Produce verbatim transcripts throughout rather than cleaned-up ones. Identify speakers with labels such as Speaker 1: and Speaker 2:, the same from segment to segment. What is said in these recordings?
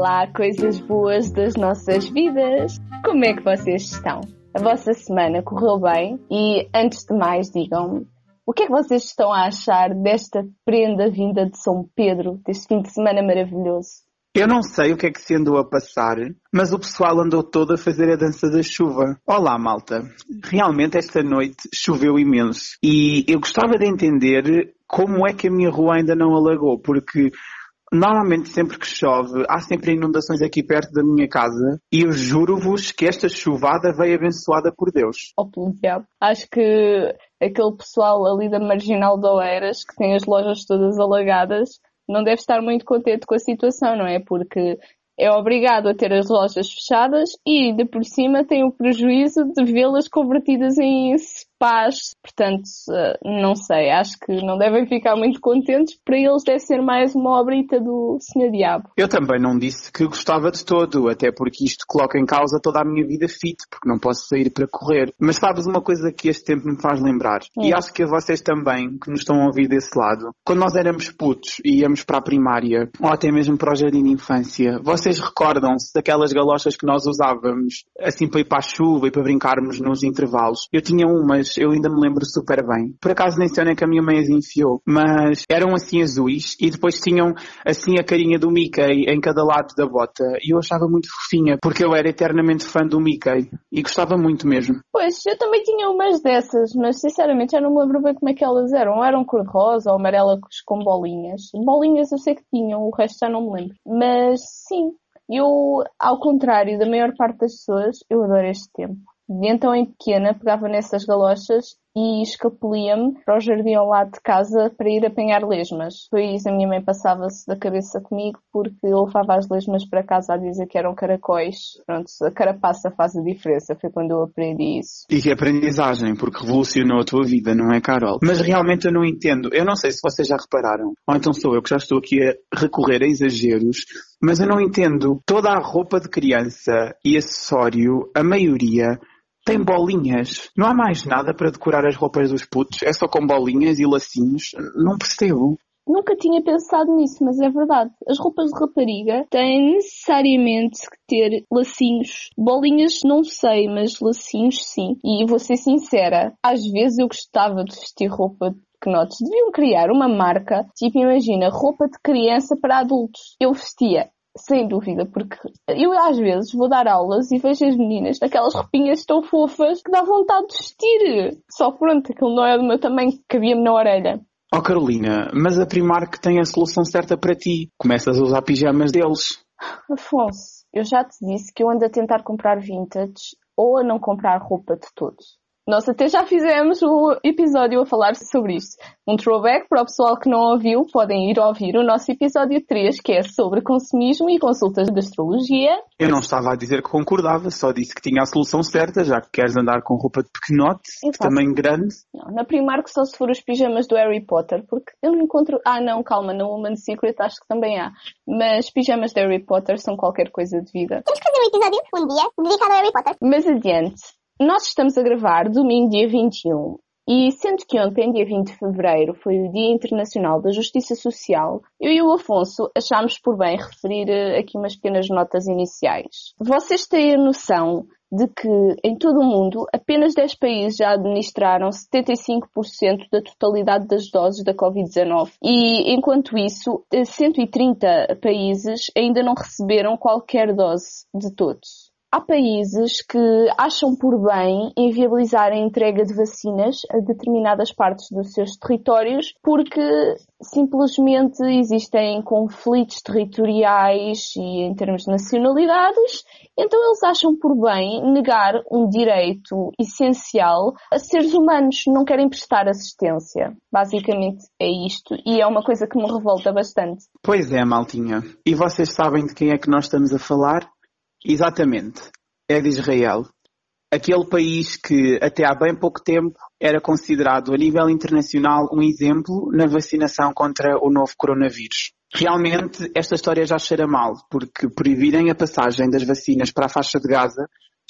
Speaker 1: Olá, coisas boas das nossas vidas! Como é que vocês estão? A vossa semana correu bem? E, antes de mais, digam-me, o que é que vocês estão a achar desta prenda vinda de São Pedro, deste fim de semana maravilhoso?
Speaker 2: Eu não sei o que é que se andou a passar, mas o pessoal andou todo a fazer a dança da chuva. Olá, malta. Realmente esta noite choveu imenso e eu gostava de entender como é que a minha rua ainda não alagou, porque normalmente sempre que chove há sempre inundações aqui perto da minha casa e eu juro-vos que esta chuvada veio abençoada por Deus.
Speaker 1: Oh, pelo diabo. Acho que aquele pessoal ali da Marginal de Oeiras, que tem as lojas todas alagadas, não deve estar muito contente com a situação, não é? Porque é obrigado a ter as lojas fechadas e, ainda por cima, tem o prejuízo de vê-las convertidas em spas. Portanto, não sei, acho que não devem ficar muito contentes. Para eles deve ser mais uma obrita do senhor Diabo.
Speaker 2: Eu também não disse que gostava de todo, até porque isto coloca em causa toda a minha vida fit, porque não posso sair para correr. Mas sabes uma coisa que este tempo me faz lembrar? É. E acho que a vocês também, que nos estão a ouvir desse lado, quando nós éramos putos e íamos para a primária, ou até mesmo para o jardim de infância, vocês recordam-se daquelas galochas que nós usávamos assim para ir para a chuva e para brincarmos nos intervalos? Eu tinha umas, eu ainda me lembro super bem. Por acaso nem sei onde é que a minha mãe as enfiou, mas eram assim azuis e depois tinham assim a carinha do Mickey em cada lado da bota e eu achava muito fofinha porque eu era eternamente fã do Mickey e gostava muito mesmo.
Speaker 1: Pois, eu também tinha umas dessas, mas sinceramente já não me lembro bem como é que elas eram. Ou eram cor-de-rosa ou amarela com bolinhas. Bolinhas eu sei que tinham, o resto já não me lembro. Mas sim, eu, ao contrário da maior parte das pessoas, eu adoro este tempo. E então, em pequena, pegava nessas galochas e escapulia-me para o jardim ao lado de casa para ir apanhar lesmas. Depois a minha mãe passava-se da cabeça comigo porque eu levava as lesmas para casa a dizer que eram caracóis. Pronto, a carapaça faz a diferença. Foi quando eu aprendi isso.
Speaker 2: E que aprendizagem, porque revolucionou a tua vida, não é, Carol? Mas realmente eu não entendo. Eu não sei se vocês já repararam, ou então sou eu que já estou aqui a recorrer a exageros, mas eu não entendo. Toda a roupa de criança e acessório, a maioria, tem bolinhas. Não há mais nada para decorar as roupas dos putos. É só com bolinhas e lacinhos. Não percebo.
Speaker 1: Nunca tinha pensado nisso, mas é verdade. As roupas de rapariga têm necessariamente que ter lacinhos. Bolinhas não sei, mas lacinhos sim. E vou ser sincera, às vezes eu gostava de vestir roupa de pequenotes. Deviam criar uma marca, tipo imagina, roupa de criança para adultos. Eu vestia. Sem dúvida, porque eu às vezes vou dar aulas e vejo as meninas naquelas roupinhas tão fofas que dá vontade de vestir. Só pronto, aquilo não é do meu tamanho, cabia-me na orelha.
Speaker 2: Oh Carolina, mas a Primark tem a solução certa para ti. Começas a usar pijamas deles.
Speaker 1: Afonso, eu já te disse que eu ando a tentar comprar vintage ou a não comprar roupa de todos. Nós até já fizemos um episódio a falar sobre isto. Um throwback para o pessoal que não ouviu, podem ir ouvir o nosso episódio três, que é sobre consumismo e consultas de astrologia.
Speaker 2: Eu não estava a dizer que concordava, só disse que tinha a solução certa, já que queres andar com roupa de pequenote, de tamanho grande.
Speaker 1: Não, na Primark só se for os pijamas do Harry Potter, porque eu não encontro... Ah não, calma, na Woman's Secret acho que também há. Mas pijamas de Harry Potter são qualquer coisa de vida.
Speaker 3: Temos que fazer um episódio, um dia, dedicado ao Harry Potter.
Speaker 1: Mas adiante. Nós estamos a gravar domingo, dia vinte e um, e sendo que ontem, dia vinte de fevereiro, foi o Dia Internacional da Justiça Social, eu e o Afonso achámos por bem referir aqui umas pequenas notas iniciais. Vocês têm a noção de que, em todo o mundo, apenas dez países já administraram setenta e cinco por cento da totalidade das doses da covid dezanove. E, enquanto isso, cento e trinta países ainda não receberam qualquer dose de todos. Há países que acham por bem inviabilizar a entrega de vacinas a determinadas partes dos seus territórios porque simplesmente existem conflitos territoriais e em termos de nacionalidades, então eles acham por bem negar um direito essencial a seres humanos, não querem prestar assistência. Basicamente é isto e é uma coisa que me revolta bastante.
Speaker 2: Pois é, maltinha. E vocês sabem de quem é que nós estamos a falar? Exatamente, é de Israel. Aquele país que até há bem pouco tempo era considerado a nível internacional um exemplo na vacinação contra o novo coronavírus. Realmente esta história já cheira mal, porque proibirem a passagem das vacinas para a faixa de Gaza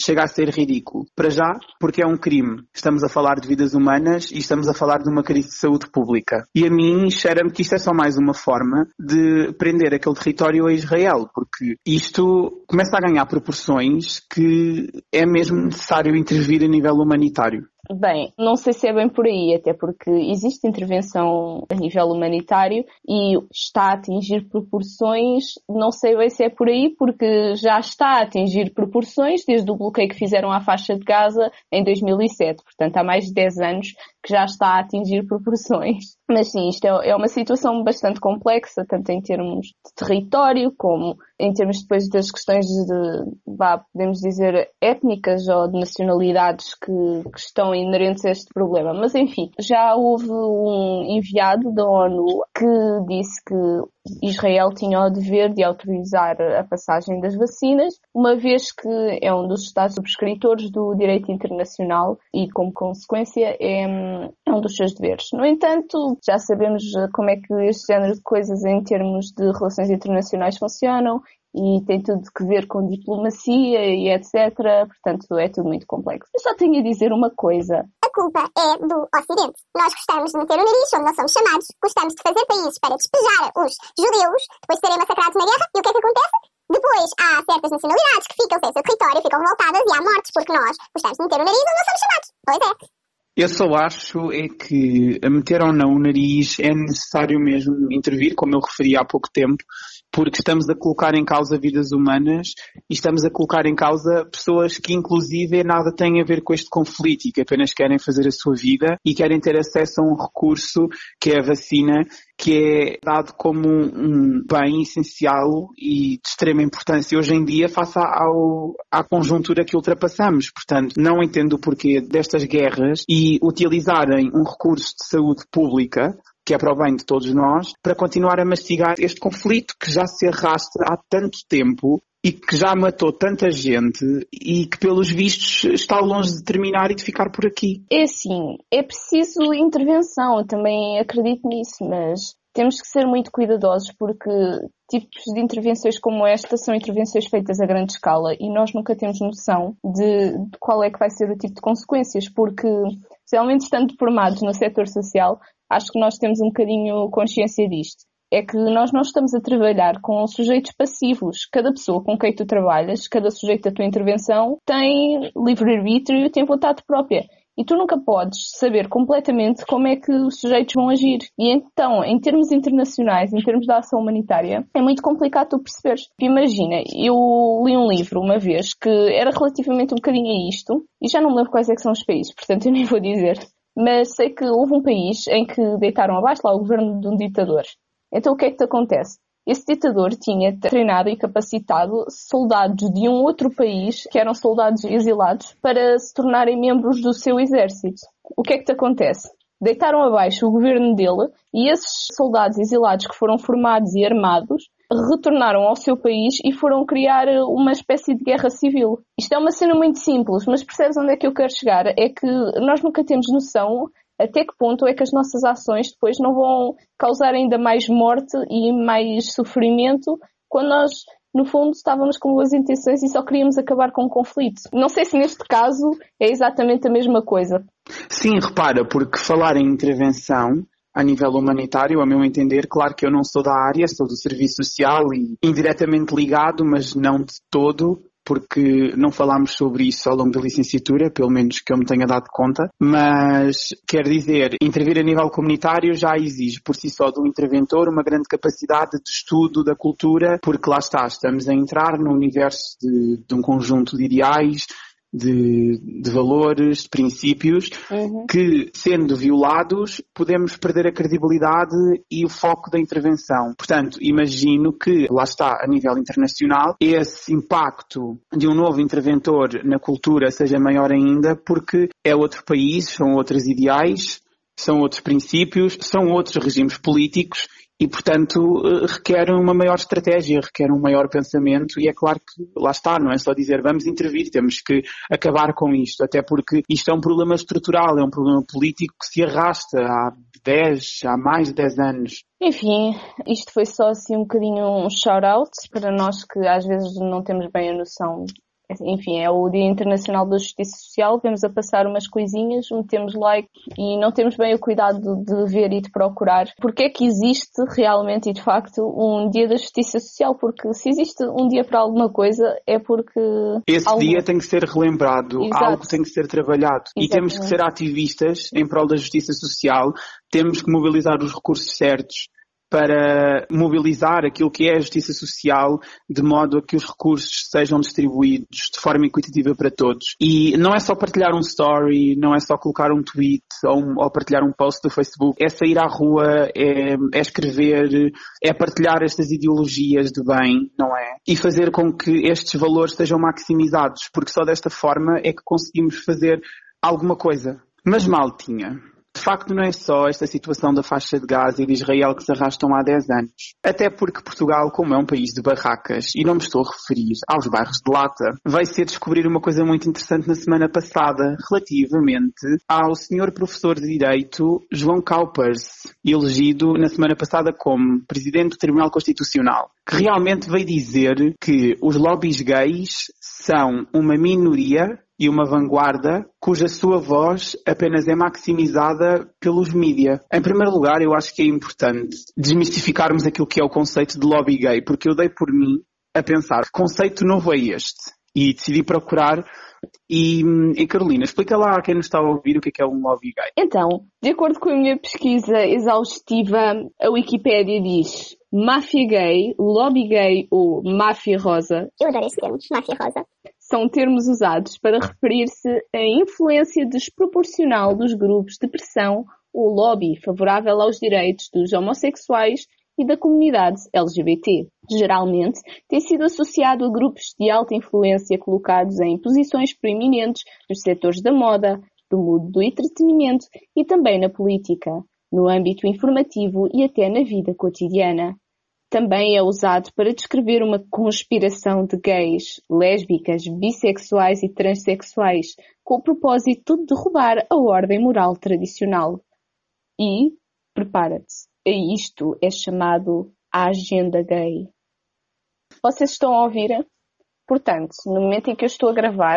Speaker 2: chega a ser ridículo. Para já, porque é um crime. Estamos a falar de vidas humanas e estamos a falar de uma crise de saúde pública. E a mim cheira-me que isto é só mais uma forma de prender aquele território a Israel, porque isto começa a ganhar proporções que é mesmo necessário intervir a nível humanitário.
Speaker 1: Bem, não sei se é bem por aí, até porque existe intervenção a nível humanitário e está a atingir proporções, não sei bem se é por aí, porque já está a atingir proporções desde o bloqueio que fizeram à faixa de Gaza em dois mil e sete, portanto há mais de dez anos que já está a atingir proporções. Mas sim, isto é uma situação bastante complexa, tanto em termos de território, como em termos depois das questões de, vá, podemos dizer, étnicas ou de nacionalidades que, que estão inerentes a este problema. Mas enfim, já houve um enviado da ONU que disse que Israel tinha o dever de autorizar a passagem das vacinas, uma vez que é um dos Estados subscritores do direito internacional e, como consequência, é, é um dos seus deveres. No entanto, já sabemos como é que este género de coisas em termos de relações internacionais funcionam e tem tudo que ver com diplomacia e etcétera. Portanto, é tudo muito complexo. Eu só tenho a dizer uma coisa.
Speaker 3: A culpa é do Ocidente. Nós gostamos de meter o nariz onde nós somos chamados, gostamos de fazer países para despejar os judeus, depois de serem massacrados na guerra, e o que é que acontece? Depois há certas nacionalidades que ficam sem seu território, ficam revoltadas e há mortes porque nós gostamos de meter o nariz onde nós somos chamados. Pois é.
Speaker 2: Eu só acho é que, a meter ou não o nariz, é necessário mesmo intervir, como eu referi há pouco tempo, porque estamos a colocar em causa vidas humanas e estamos a colocar em causa pessoas que inclusive nada têm a ver com este conflito e que apenas querem fazer a sua vida e querem ter acesso a um recurso que é a vacina, que é dado como um bem essencial e de extrema importância hoje em dia face ao, à conjuntura que ultrapassamos. Portanto, não entendo o porquê destas guerras e utilizarem um recurso de saúde pública que é para o bem de todos nós, para continuar a mastigar este conflito que já se arrasta há tanto tempo e que já matou tanta gente e que, pelos vistos, está longe de terminar e de ficar por aqui.
Speaker 1: É assim, é preciso intervenção, eu também acredito nisso, mas temos que ser muito cuidadosos porque tipos de intervenções como esta são intervenções feitas a grande escala e nós nunca temos noção de, de qual é que vai ser o tipo de consequências, porque, especialmente estando formados no setor social, acho que nós temos um bocadinho consciência disto. É que nós não estamos a trabalhar com sujeitos passivos. Cada pessoa com quem tu trabalhas, cada sujeito da tua intervenção, tem livre-arbítrio e tem vontade própria. E tu nunca podes saber completamente como é que os sujeitos vão agir. E então, em termos internacionais, em termos da ação humanitária, é muito complicado tu perceberes. Imagina, eu li um livro uma vez que era relativamente um bocadinho a isto, e já não me lembro quais é que são os países, portanto eu nem vou dizer. Mas sei que houve um país em que deitaram abaixo lá o governo de um ditador. Então o que é que te acontece? Esse ditador tinha treinado e capacitado soldados de um outro país, que eram soldados exilados, para se tornarem membros do seu exército. O que é que te acontece? Deitaram abaixo o governo dele e esses soldados exilados que foram formados e armados retornaram ao seu país e foram criar uma espécie de guerra civil. Isto é uma cena muito simples, mas percebes onde é que eu quero chegar? É que nós nunca temos noção até que ponto é que as nossas ações depois não vão causar ainda mais morte e mais sofrimento quando nós, no fundo, estávamos com boas intenções e só queríamos acabar com o conflito. Não sei se neste caso é exatamente a mesma coisa.
Speaker 2: Sim, repara, porque falar em intervenção a nível humanitário, a meu entender, claro que eu não sou da área, sou do serviço social e indiretamente ligado, mas não de todo, porque não falámos sobre isso ao longo da licenciatura, pelo menos que eu me tenha dado conta, mas quer dizer, intervir a nível comunitário já exige por si só do interventor uma grande capacidade de estudo da cultura, porque lá está, estamos a entrar no universo de, de um conjunto de ideais, De, de valores, de princípios, uhum. que, sendo violados, podemos perder a credibilidade e o foco da intervenção. Portanto, imagino que, lá está, a nível internacional, esse impacto de um novo interventor na cultura seja maior ainda, porque é outro país, são outros ideais, são outros princípios, são outros regimes políticos, e, portanto, requer uma maior estratégia, requer um maior pensamento e é claro que, lá está, não é só dizer vamos intervir, temos que acabar com isto, até porque isto é um problema estrutural, é um problema político que se arrasta há dez, há mais de dez anos.
Speaker 1: Enfim, isto foi só assim um bocadinho um shout-out para nós que às vezes não temos bem a noção enfim, é o Dia Internacional da Justiça Social, vemos a passar umas coisinhas, metemos like e não temos bem o cuidado de ver e de procurar porque é que existe realmente e de facto um Dia da Justiça Social, porque se existe um dia para alguma coisa é porque...
Speaker 2: Esse
Speaker 1: algo...
Speaker 2: dia tem que ser relembrado,
Speaker 1: Exato.
Speaker 2: Algo tem que ser trabalhado. Exatamente. E temos que ser ativistas em prol da justiça social, temos que mobilizar os recursos certos para mobilizar aquilo que é a justiça social de modo a que os recursos sejam distribuídos de forma equitativa para todos. E não é só partilhar um story, não é só colocar um tweet ou, um, ou partilhar um post do Facebook, é sair à rua, é, é escrever, é partilhar estas ideologias de bem, não é? E fazer com que estes valores sejam maximizados, porque só desta forma é que conseguimos fazer alguma coisa. Mas mal tinha. De facto, não é só esta situação da faixa de Gaza e de Israel que se arrastam há dez anos. Até porque Portugal, como é um país de barracas, e não me estou a referir aos bairros de lata, vai ser descobrir uma coisa muito interessante na semana passada, relativamente ao senhor professor de Direito João Caupers, elegido na semana passada como Presidente do Tribunal Constitucional, que realmente veio dizer que os lobbies gays são uma minoria e uma vanguarda cuja sua voz apenas é maximizada pelos mídia. Em primeiro lugar, eu acho que é importante desmistificarmos aquilo que é o conceito de lobby gay, porque eu dei por mim a pensar que conceito novo é este? E decidi procurar e, e Carolina, explica lá a quem nos está a ouvir o que é, que é um lobby gay.
Speaker 1: Então, de acordo com a minha pesquisa exaustiva, a Wikipédia diz máfia gay, lobby gay ou máfia rosa.
Speaker 3: Eu adoro esse termo, máfia rosa.
Speaker 1: São termos usados para referir-se à influência desproporcional dos grupos de pressão ou lobby favorável aos direitos dos homossexuais e da comunidade L G B T. Geralmente, tem sido associado a grupos de alta influência colocados em posições proeminentes nos setores da moda, do mundo do entretenimento e também na política, no âmbito informativo e até na vida cotidiana. Também é usado para descrever uma conspiração de gays, lésbicas, bissexuais e transexuais, com o propósito de derrubar a ordem moral tradicional. E, prepara-te, a isto é chamado a agenda gay. Vocês estão a ouvir? Portanto, no momento em que eu estou a gravar,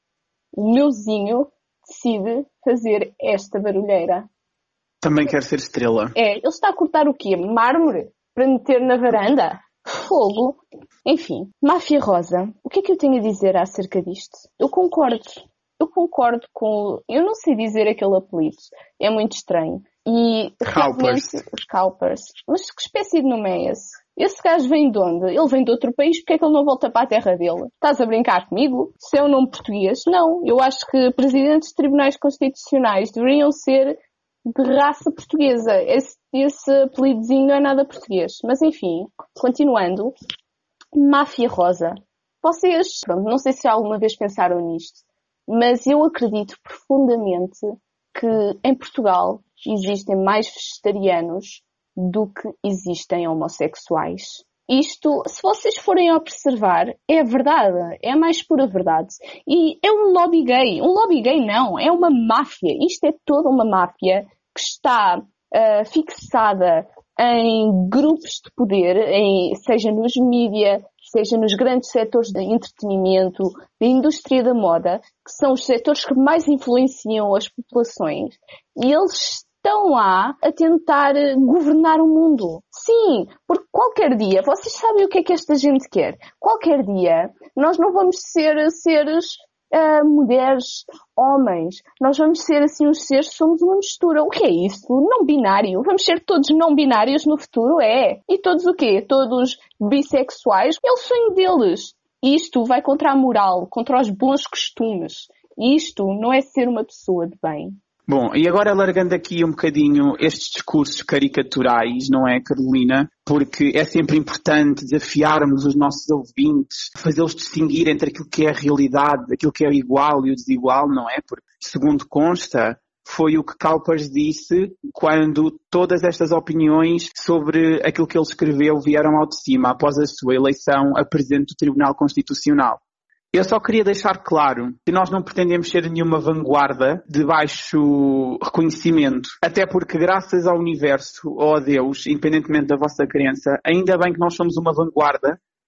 Speaker 1: o meuzinho decide fazer esta barulheira.
Speaker 2: Também quer ser estrela.
Speaker 1: É, ele está a cortar o quê? Mármore? Para meter na varanda? Fogo? Enfim, máfia rosa. O que é que eu tenho a dizer acerca disto? Eu concordo. Eu concordo com... Eu não sei dizer aquele apelido. É muito estranho. E
Speaker 2: Caupers.
Speaker 1: Os Caupers. Mas que espécie de nome é esse? Esse gajo vem de onde? Ele vem de outro país, porque é que ele não volta para a terra dele? Estás a brincar comigo? Se é um nome português? Não. Eu acho que presidentes de tribunais constitucionais deveriam ser de raça portuguesa. Esse, esse apelidozinho não é nada português. Mas enfim, continuando. Máfia rosa. Vocês, pronto, não sei se alguma vez pensaram nisto, mas eu acredito profundamente que em Portugal existem mais vegetarianos do que existem homossexuais. Isto, se vocês forem a observar, é verdade, é a mais pura verdade. E é um lobby gay. Um lobby gay não, é uma máfia. Isto é toda uma máfia que está uh, fixada em grupos de poder, em, seja nos mídia, seja nos grandes setores de entretenimento, da indústria da moda, que são os setores que mais influenciam as populações. E eles estão lá a tentar governar o mundo. Sim, porque qualquer dia, vocês sabem o que é que esta gente quer. Qualquer dia, nós não vamos ser seres, uh, mulheres, homens. Nós vamos ser assim uns seres, somos uma mistura. O que é isso? Não binário. Vamos ser todos não binários no futuro? É. E todos o quê? Todos bissexuais? É o sonho deles. Isto vai contra a moral, contra os bons costumes. Isto não é ser uma pessoa de bem.
Speaker 2: Bom, e agora alargando aqui um bocadinho estes discursos caricaturais, não é, Carolina? Porque é sempre importante desafiarmos os nossos ouvintes, fazê-los distinguir entre aquilo que é a realidade, aquilo que é o igual e o desigual, não é? Porque, segundo consta, foi o que Caupers disse quando todas estas opiniões sobre aquilo que ele escreveu vieram ao de cima, após a sua eleição a Presidente do Tribunal Constitucional. Eu só queria deixar claro que nós não pretendemos ser nenhuma vanguarda de baixo reconhecimento. Até porque, graças ao universo ou a Deus, independentemente da vossa crença, ainda bem que nós somos uma vanguarda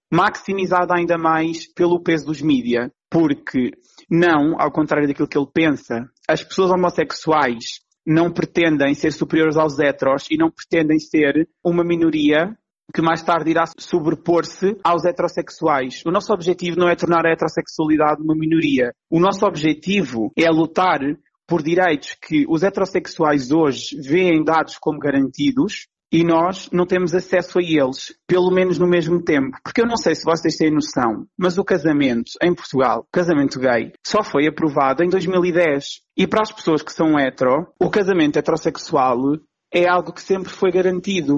Speaker 2: maximizada ainda mais pelo peso dos mídia. Porque, não, ao contrário daquilo que ele pensa, as pessoas homossexuais não pretendem ser superiores aos heteros e não pretendem ser uma minoria que mais tarde irá sobrepor-se aos heterossexuais. O nosso objetivo não é tornar a heterossexualidade uma minoria. O nosso objetivo é lutar por direitos que os heterossexuais hoje veem dados como garantidos e nós não temos acesso a eles, pelo menos no mesmo tempo. Porque eu não sei se vocês têm noção, mas o casamento em Portugal, o casamento gay, só foi aprovado em dois mil e dez. E para as pessoas que são hetero, o casamento heterossexual é algo que sempre foi garantido.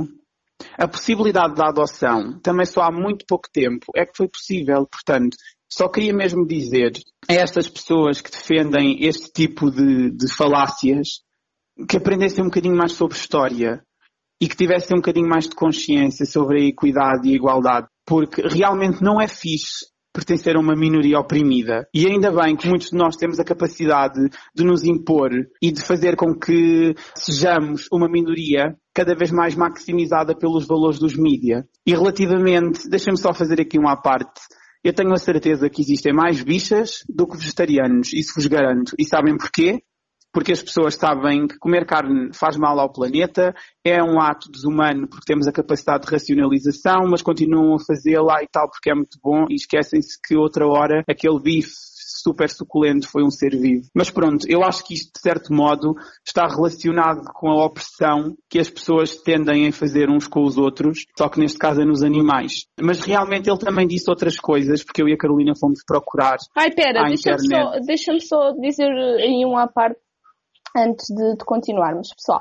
Speaker 2: A possibilidade da adoção também só há muito pouco tempo é que foi possível. Portanto, só queria mesmo dizer a estas pessoas que defendem este tipo de, de falácias que aprendessem um bocadinho mais sobre história e que tivessem um bocadinho mais de consciência sobre a equidade e a igualdade, porque realmente não é fixe pertencer a uma minoria oprimida. E ainda bem que muitos de nós temos a capacidade de nos impor e de fazer com que sejamos uma minoria cada vez mais maximizada pelos valores dos mídia. E relativamente, deixem-me só fazer aqui uma à parte, eu tenho a certeza que existem mais bichas do que vegetarianos, isso vos garanto. E sabem porquê? Porque as pessoas sabem que comer carne faz mal ao planeta, é um ato desumano porque temos a capacidade de racionalização, mas continuam a fazê-la e tal porque é muito bom e esquecem-se que outra hora aquele bife super suculento foi um ser vivo. Mas pronto, eu acho que isto de certo modo está relacionado com a opressão que as pessoas tendem a fazer uns com os outros, só que neste caso é nos animais. Mas realmente ele também disse outras coisas, porque eu e a Carolina fomos procurar.
Speaker 1: Ai, pera, deixa-me só, deixa-me só dizer em uma parte antes de, de continuarmos, pessoal.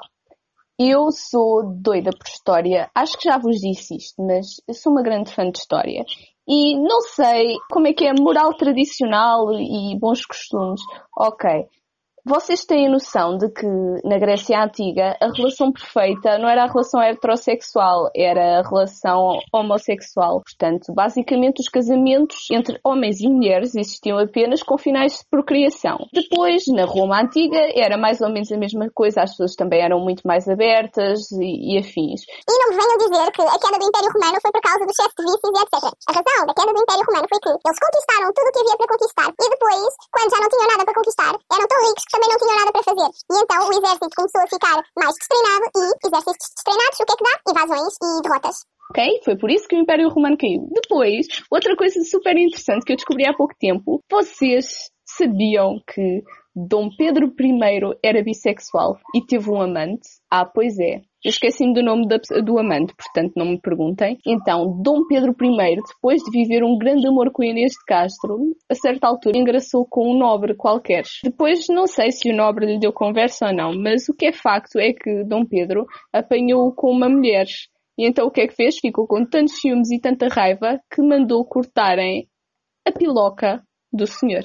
Speaker 1: Eu sou doida por história, acho que já vos disse isto, mas eu sou uma grande fã de história. E não sei como é que é moral tradicional e bons costumes. Ok, vocês têm a noção de que na Grécia Antiga a relação perfeita não era a relação heterossexual, era a relação homossexual. Portanto, basicamente os casamentos entre homens e mulheres existiam apenas com finais de procriação. Depois, na Roma Antiga, era mais ou menos a mesma coisa, as pessoas também eram muito mais abertas e, e afins.
Speaker 3: E não me venham dizer que a queda do Império Romano foi por causa do excesso de vícios e etcétera. A razão da queda do Império Romano foi que eles conquistaram tudo o que havia para conquistar e depois, quando já não tinham nada para conquistar, eram tão ricos que também não tinham nada para fazer. E então o exército começou a ficar mais destreinado e exércitos destreinados, o que é que dá? Invasões e derrotas.
Speaker 1: Ok? Foi por isso que o Império Romano caiu. Depois, outra coisa super interessante que eu descobri há pouco tempo, vocês sabiam que Dom Pedro I era bissexual e teve um amante? Ah, pois é. Eu esqueci-me do nome da, do amante, portanto não me perguntem. Então, Dom Pedro I, depois de viver um grande amor com Inês de Castro, a certa altura engraçou com um nobre qualquer. Depois, não sei se o nobre lhe deu conversa ou não, mas o que é facto é que Dom Pedro apanhou-o com uma mulher. E então o que é que fez? Ficou com tantos ciúmes e tanta raiva que mandou cortarem a piloca do senhor.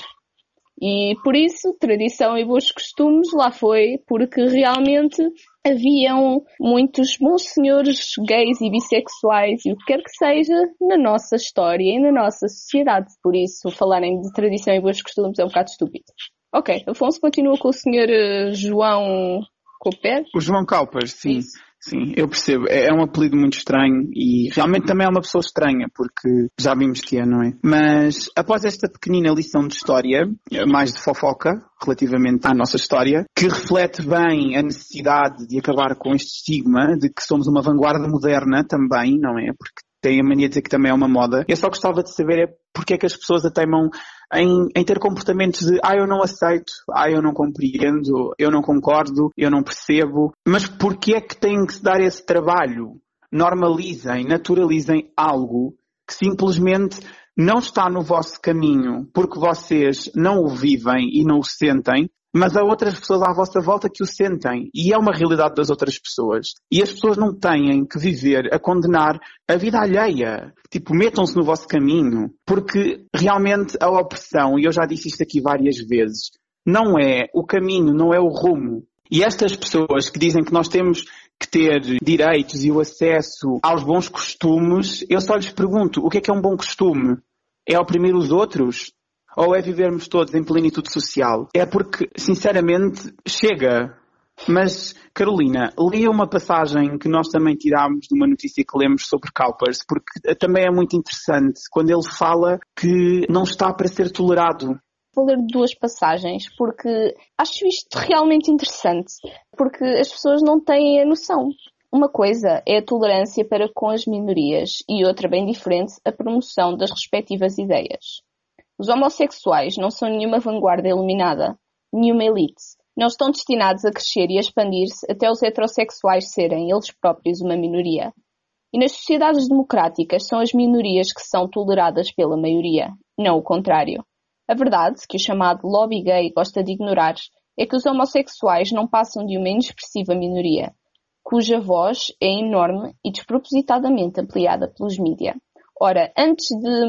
Speaker 1: E por isso, tradição e bons costumes lá foi, porque realmente haviam muitos bons senhores gays e bissexuais e o que quer que seja na nossa história e na nossa sociedade. Por isso, falarem de tradição e bons costumes é um bocado estúpido. Ok, Afonso continua com o senhor João Cooper.
Speaker 2: O João Calpas, sim. Isso. Sim, eu percebo. É um apelido muito estranho e realmente também é uma pessoa estranha, porque já vimos que é, não é? Mas após esta pequenina lição de história, mais de fofoca, relativamente à nossa história, que reflete bem a necessidade de acabar com este estigma de que somos uma vanguarda moderna também, não é? Porque tem a mania de dizer que também é uma moda. Eu só gostava de saber é porque é que as pessoas a teimam em, em ter comportamentos de ah, eu não aceito, ah, eu não compreendo, eu não concordo, eu não percebo. Mas porquê é que têm que se dar esse trabalho? Normalizem, naturalizem algo que simplesmente não está no vosso caminho porque vocês não o vivem e não o sentem, mas há outras pessoas à vossa volta que o sentem. E é uma realidade das outras pessoas. E as pessoas não têm que viver a condenar a vida alheia. Tipo, metam-se no vosso caminho. Porque realmente a opressão, e eu já disse isto aqui várias vezes, não é o caminho, não é o rumo. E estas pessoas que dizem que nós temos que ter direitos e o acesso aos bons costumes, eu só lhes pergunto, o que é que é um bom costume? É oprimir os outros? Ou é vivermos todos em plenitude social? É porque, sinceramente, chega. Mas, Carolina, lia uma passagem que nós também tirámos de uma notícia que lemos sobre Cowpers, porque também é muito interessante quando ele fala que não está para ser tolerado.
Speaker 1: Vou ler duas passagens porque acho isto realmente interessante, porque as pessoas não têm a noção. Uma coisa é a tolerância para com as minorias e outra, bem diferente, a promoção das respectivas ideias. Os homossexuais não são nenhuma vanguarda iluminada, nenhuma elite. Não estão destinados a crescer e a expandir-se até os heterossexuais serem eles próprios uma minoria. E nas sociedades democráticas são as minorias que são toleradas pela maioria, não o contrário. A verdade, que o chamado lobby gay gosta de ignorar, é que os homossexuais não passam de uma inexpressiva minoria, cuja voz é enorme e despropositadamente ampliada pelos mídia. Ora, antes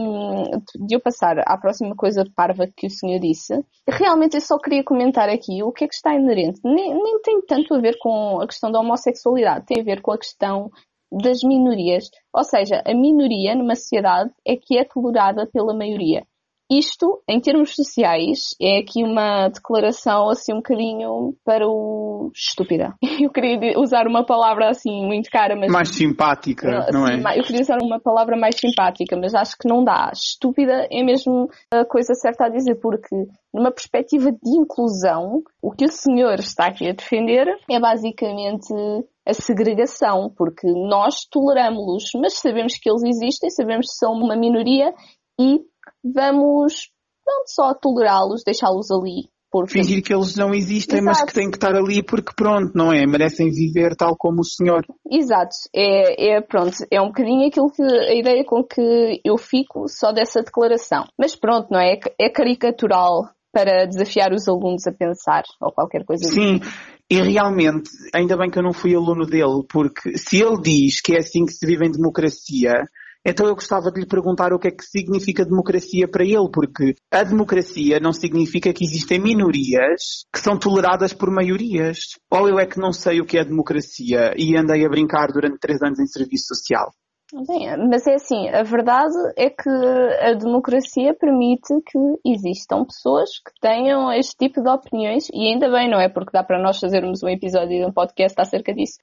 Speaker 1: de, de eu passar à próxima coisa parva que o senhor disse, realmente eu só queria comentar aqui o que é que está inerente. Nem, nem tem tanto a ver com a questão da homossexualidade, tem a ver com a questão das minorias. Ou seja, a minoria numa sociedade é que é tolerada pela maioria. Isto, em termos sociais, é aqui uma declaração assim um bocadinho para o estúpida. Eu queria usar uma palavra assim muito cara, mas...
Speaker 2: Mais simpática, não, não
Speaker 1: assim,
Speaker 2: é?
Speaker 1: Eu queria usar uma palavra mais simpática, mas acho que não dá. Estúpida é mesmo a coisa certa a dizer, porque numa perspectiva de inclusão, o que o senhor está aqui a defender é basicamente a segregação, porque nós toleramos-los, mas sabemos que eles existem, sabemos que são uma minoria e vamos não só tolerá-los, deixá-los ali. Porque...
Speaker 2: Fingir que eles não existem,
Speaker 1: Exato.
Speaker 2: Mas que têm que estar ali porque pronto, não é? Merecem viver tal como o senhor.
Speaker 1: Exato. É, é, pronto, é um bocadinho aquilo que, a ideia com que eu fico só dessa declaração. Mas pronto, não é? É caricatural para desafiar os alunos a pensar ou qualquer coisa
Speaker 2: Sim.
Speaker 1: do tipo.
Speaker 2: E realmente, ainda bem que eu não fui aluno dele, porque se ele diz que é assim que se vive em democracia, então eu gostava de lhe perguntar o que é que significa democracia para ele, porque a democracia não significa que existem minorias que são toleradas por maiorias. Ou eu é que não sei o que é democracia e andei a brincar durante três anos em serviço social.
Speaker 1: Bem, mas é assim, a verdade é que a democracia permite que existam pessoas que tenham este tipo de opiniões e ainda bem, não é? Porque dá para nós fazermos um episódio de um podcast acerca disso.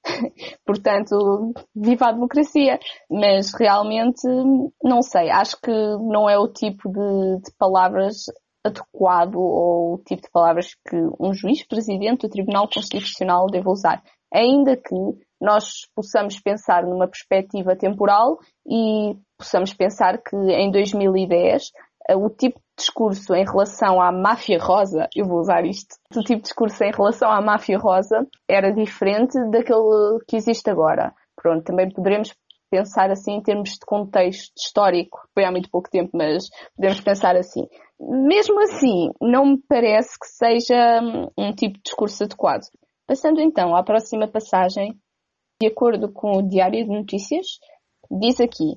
Speaker 1: Portanto, viva a democracia. Mas realmente, não sei, acho que não é o tipo de, de palavras adequado ou o tipo de palavras que um juiz presidente do Tribunal Constitucional deve usar. Ainda que nós possamos pensar numa perspectiva temporal e possamos pensar que em dois mil e dez o tipo de discurso em relação à máfia rosa, eu vou usar isto, o tipo de discurso em relação à máfia rosa era diferente daquele que existe agora. Pronto, também poderemos pensar assim em termos de contexto histórico, foi há muito pouco tempo, mas podemos pensar assim. Mesmo assim, não me parece que seja um tipo de discurso adequado. Passando então à próxima passagem, de acordo com o Diário de Notícias, diz aqui: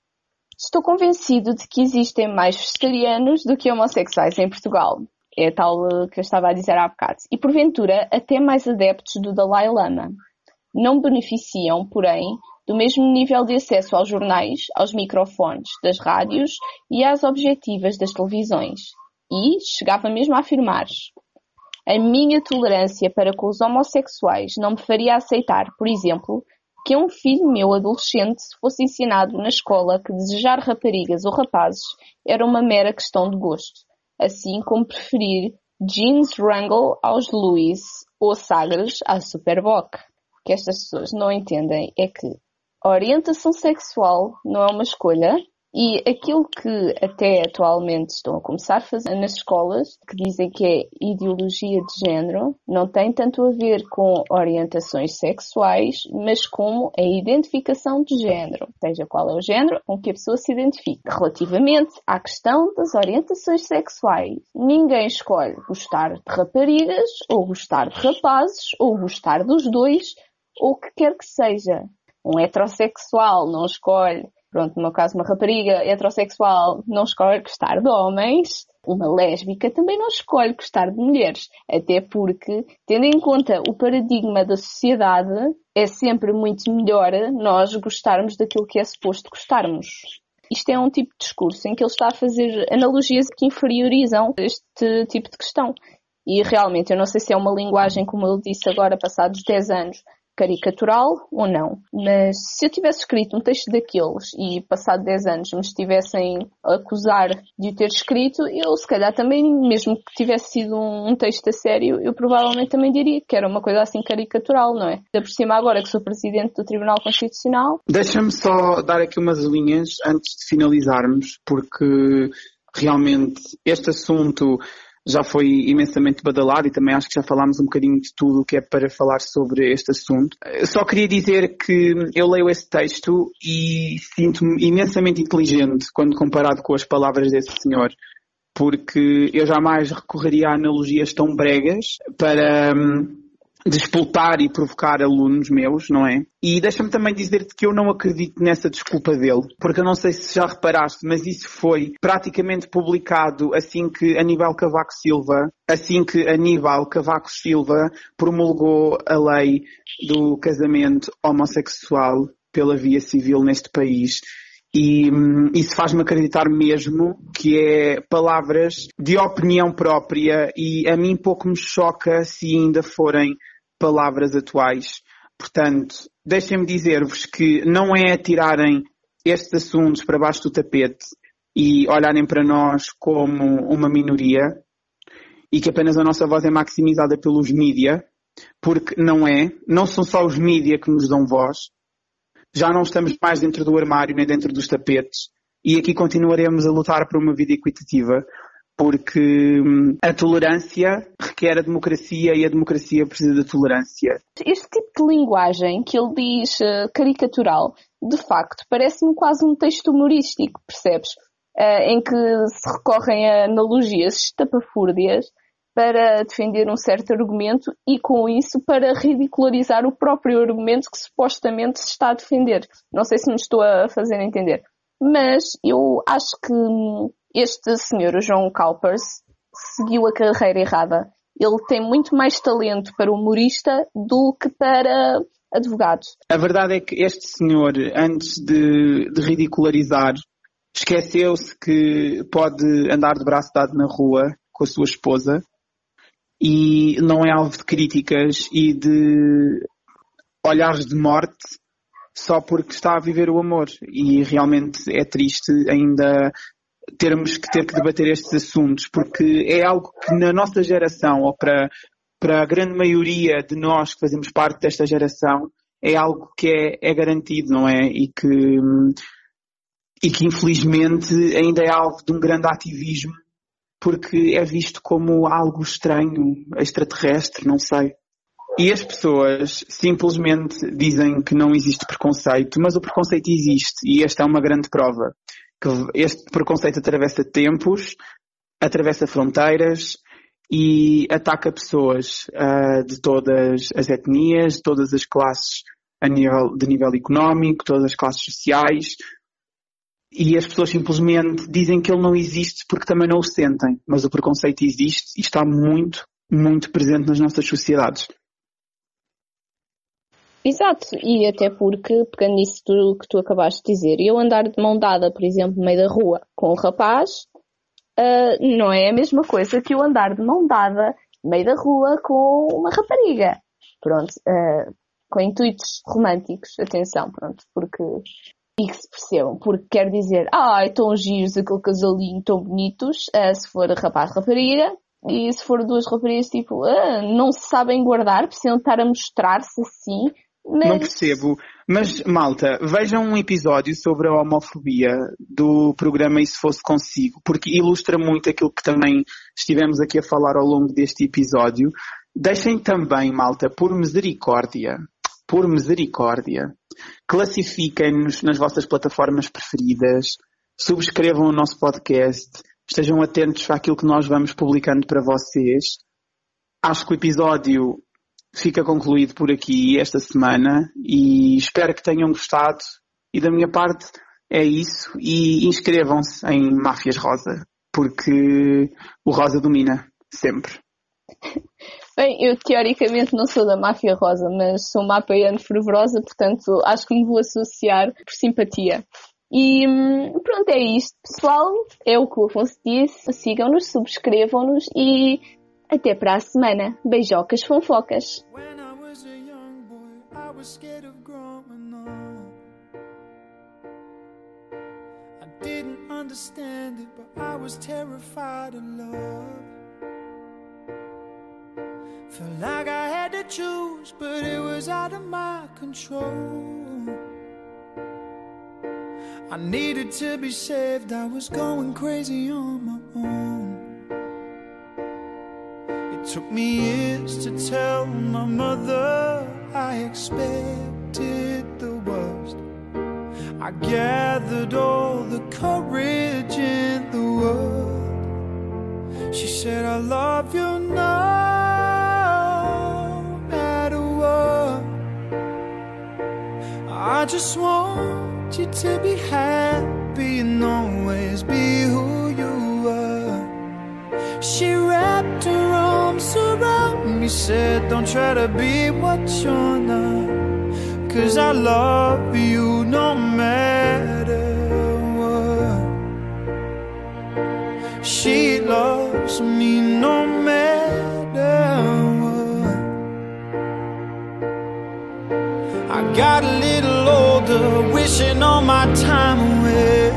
Speaker 1: estou convencido de que existem mais vegetarianos do que homossexuais em Portugal. É tal que eu estava a dizer há bocado. E porventura até mais adeptos do Dalai Lama. Não beneficiam, porém, do mesmo nível de acesso aos jornais, aos microfones das rádios e às objetivas das televisões. E chegava mesmo a afirmar: a minha tolerância para com os homossexuais não me faria aceitar, por exemplo, que um filho meu adolescente fosse ensinado na escola que desejar raparigas ou rapazes era uma mera questão de gosto, assim como preferir jeans Wrangler aos Louis ou Sagres à Superboc. O que estas pessoas não entendem é que a orientação sexual não é uma escolha. E aquilo que até atualmente estão a começar a fazer nas escolas, que dizem que é ideologia de género, não tem tanto a ver com orientações sexuais, mas com a identificação de género. Ou seja, qual é o género com que a pessoa se identifica. Relativamente à questão das orientações sexuais, ninguém escolhe gostar de raparigas, ou gostar de rapazes, ou gostar dos dois, ou o que quer que seja. Um heterossexual não escolhe, pronto, no meu caso uma rapariga heterossexual não escolhe gostar de homens, uma lésbica também não escolhe gostar de mulheres, até porque, tendo em conta o paradigma da sociedade, é sempre muito melhor nós gostarmos daquilo que é suposto gostarmos. Isto é um tipo de discurso em que ele está a fazer analogias que inferiorizam este tipo de questão. E realmente, eu não sei se é uma linguagem, como ele disse agora, passados dez anos, caricatural ou não. Mas se eu tivesse escrito um texto daqueles e passado dez anos me estivessem a acusar de o ter escrito, eu se calhar também, mesmo que tivesse sido um, um texto a sério, eu provavelmente também diria que era uma coisa assim caricatural, não é? Ainda por cima agora que sou presidente do Tribunal Constitucional.
Speaker 2: Deixa-me só dar aqui umas linhas antes de finalizarmos, porque realmente este assunto já foi imensamente badalado e também acho que já falámos um bocadinho de tudo o que é para falar sobre este assunto. Só queria dizer que eu leio esse texto e sinto-me imensamente inteligente quando comparado com as palavras desse senhor, porque eu jamais recorreria a analogias tão bregas para hum, despoltar e provocar alunos meus, não é? E deixa-me também dizer-te que eu não acredito nessa desculpa dele, porque eu não sei se já reparaste, mas isso foi praticamente publicado assim que Aníbal Cavaco Silva, assim que Aníbal Cavaco Silva promulgou a lei do casamento homossexual pela via civil neste país. E hum, isso faz-me acreditar mesmo que é palavras de opinião própria e a mim pouco me choca se ainda forem palavras atuais. Portanto, deixem-me dizer-vos que não é tirarem estes assuntos para baixo do tapete e olharem para nós como uma minoria e que apenas a nossa voz é maximizada pelos mídia, porque não é. Não são só os mídia que nos dão voz. Já não estamos mais dentro do armário nem dentro dos tapetes e aqui continuaremos a lutar por uma vida equitativa, porque hum, a tolerância requer a democracia e a democracia precisa da tolerância.
Speaker 1: Este tipo de linguagem que ele diz uh, caricatural, de facto, parece-me quase um texto humorístico, percebes? Uh, em que se recorrem a analogias estapafúrdias para defender um certo argumento e, com isso, para ridicularizar o próprio argumento que supostamente se está a defender. Não sei se me estou a fazer entender. Mas eu acho que este senhor, o João Calpers, seguiu a carreira errada. Ele tem muito mais talento para humorista do que para advogado.
Speaker 2: A verdade é que este senhor, antes de, de ridicularizar, esqueceu-se que pode andar de braço dado na rua com a sua esposa e não é alvo de críticas e de olhares de morte só porque está a viver o amor. E realmente é triste ainda termos que ter que debater estes assuntos, porque é algo que na nossa geração, ou para, para a grande maioria de nós que fazemos parte desta geração, é algo que é, é garantido, não é? E que, e que infelizmente ainda é alvo de um grande ativismo, porque é visto como algo estranho, extraterrestre, não sei. E as pessoas simplesmente dizem que não existe preconceito, mas o preconceito existe e esta é uma grande prova. Que este preconceito atravessa tempos, atravessa fronteiras e ataca pessoas uh, de todas as etnias, de todas as classes a nível, de nível económico, todas as classes sociais. E as pessoas simplesmente dizem que ele não existe porque também não o sentem. Mas o preconceito existe e está muito, muito presente nas nossas sociedades.
Speaker 1: Exato, e até porque, pegando nisso tudo que tu acabaste de dizer, eu andar de mão dada, por exemplo, no meio da rua com um rapaz, uh, não é a mesma coisa que eu andar de mão dada no meio da rua com uma rapariga. Pronto, uh, com intuitos românticos, atenção, pronto, porque... E que se percebam, porque quer dizer, ah, tão giros, aquele casalinho tão bonitos, uh, se for rapaz, rapariga, e se for duas raparigas, tipo, uh, não se sabem guardar, precisam estar a mostrar-se assim. Mas...
Speaker 2: Não percebo. Mas, malta, vejam um episódio sobre a homofobia do programa E Se Fosse Consigo, porque ilustra muito aquilo que também estivemos aqui a falar ao longo deste episódio. Deixem também, malta, por misericórdia, por misericórdia, classifiquem-nos nas vossas plataformas preferidas, subscrevam o nosso podcast, estejam atentos àquilo que nós vamos publicando para vocês. Acho que o episódio fica concluído por aqui esta semana e espero que tenham gostado. E da minha parte é isso. E inscrevam-se em Máfias Rosa, porque o Rosa domina sempre.
Speaker 1: Bem, eu teoricamente não sou da Máfia Rosa, mas sou uma apoiante fervorosa, portanto acho que me vou associar por simpatia. E pronto, é isto, pessoal. É o que o Afonso disse. Sigam-nos, subscrevam-nos e Até para a semana. Beijocas fonfocas.
Speaker 4: Didn't understand it, but I was terrified of love. Felt like I had to choose, but it was out of my control. I needed to be saved, I was going crazy on my own. It took me years to tell my mother I expected the worst. I gathered all the courage in the world. She said, I love you no matter what. I just want you to be happy and always be who you are. She wrapped her arms around me, said, don't try to be what you're not. 'Cause I love you no matter what. She loves me no matter what. I got a little older, wishing all my time away,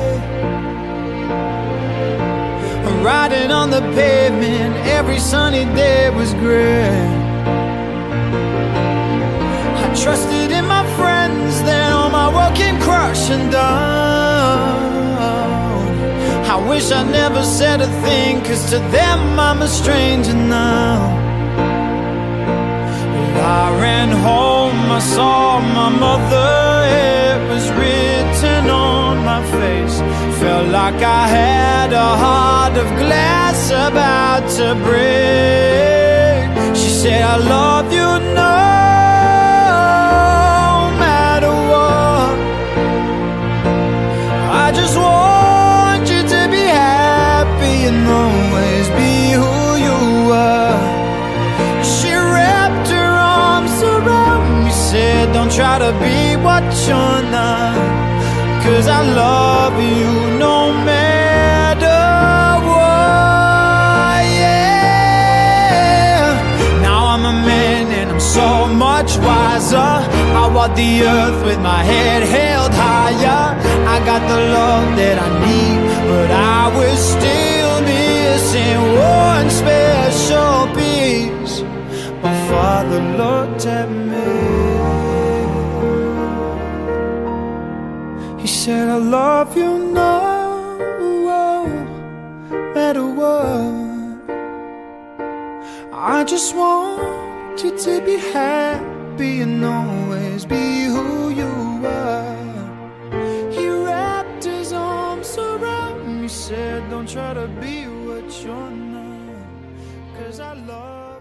Speaker 4: riding on the pavement, every sunny day was great. Trusted in my friends, then all my world came crashing down. I wish I never said a thing, 'cause to them I'm a stranger now. Well, I ran home, I saw my mother, it was written on my face. Felt like I had a heart of glass about to break. She said, I love you now. I just want you to be happy and always be who you are. She wrapped her arms around me, said, don't try to be what you're not. 'Cause I love you no matter what, yeah. Now I'm a man and I'm so much wiser. I walk the earth with my head held higher. I got the love that I need, but I was still missing one special piece. My father looked at me. He said, I love you no matter what. I just want you to be happy and always be who you are. Said, don't try to be what you're not. 'Cause I love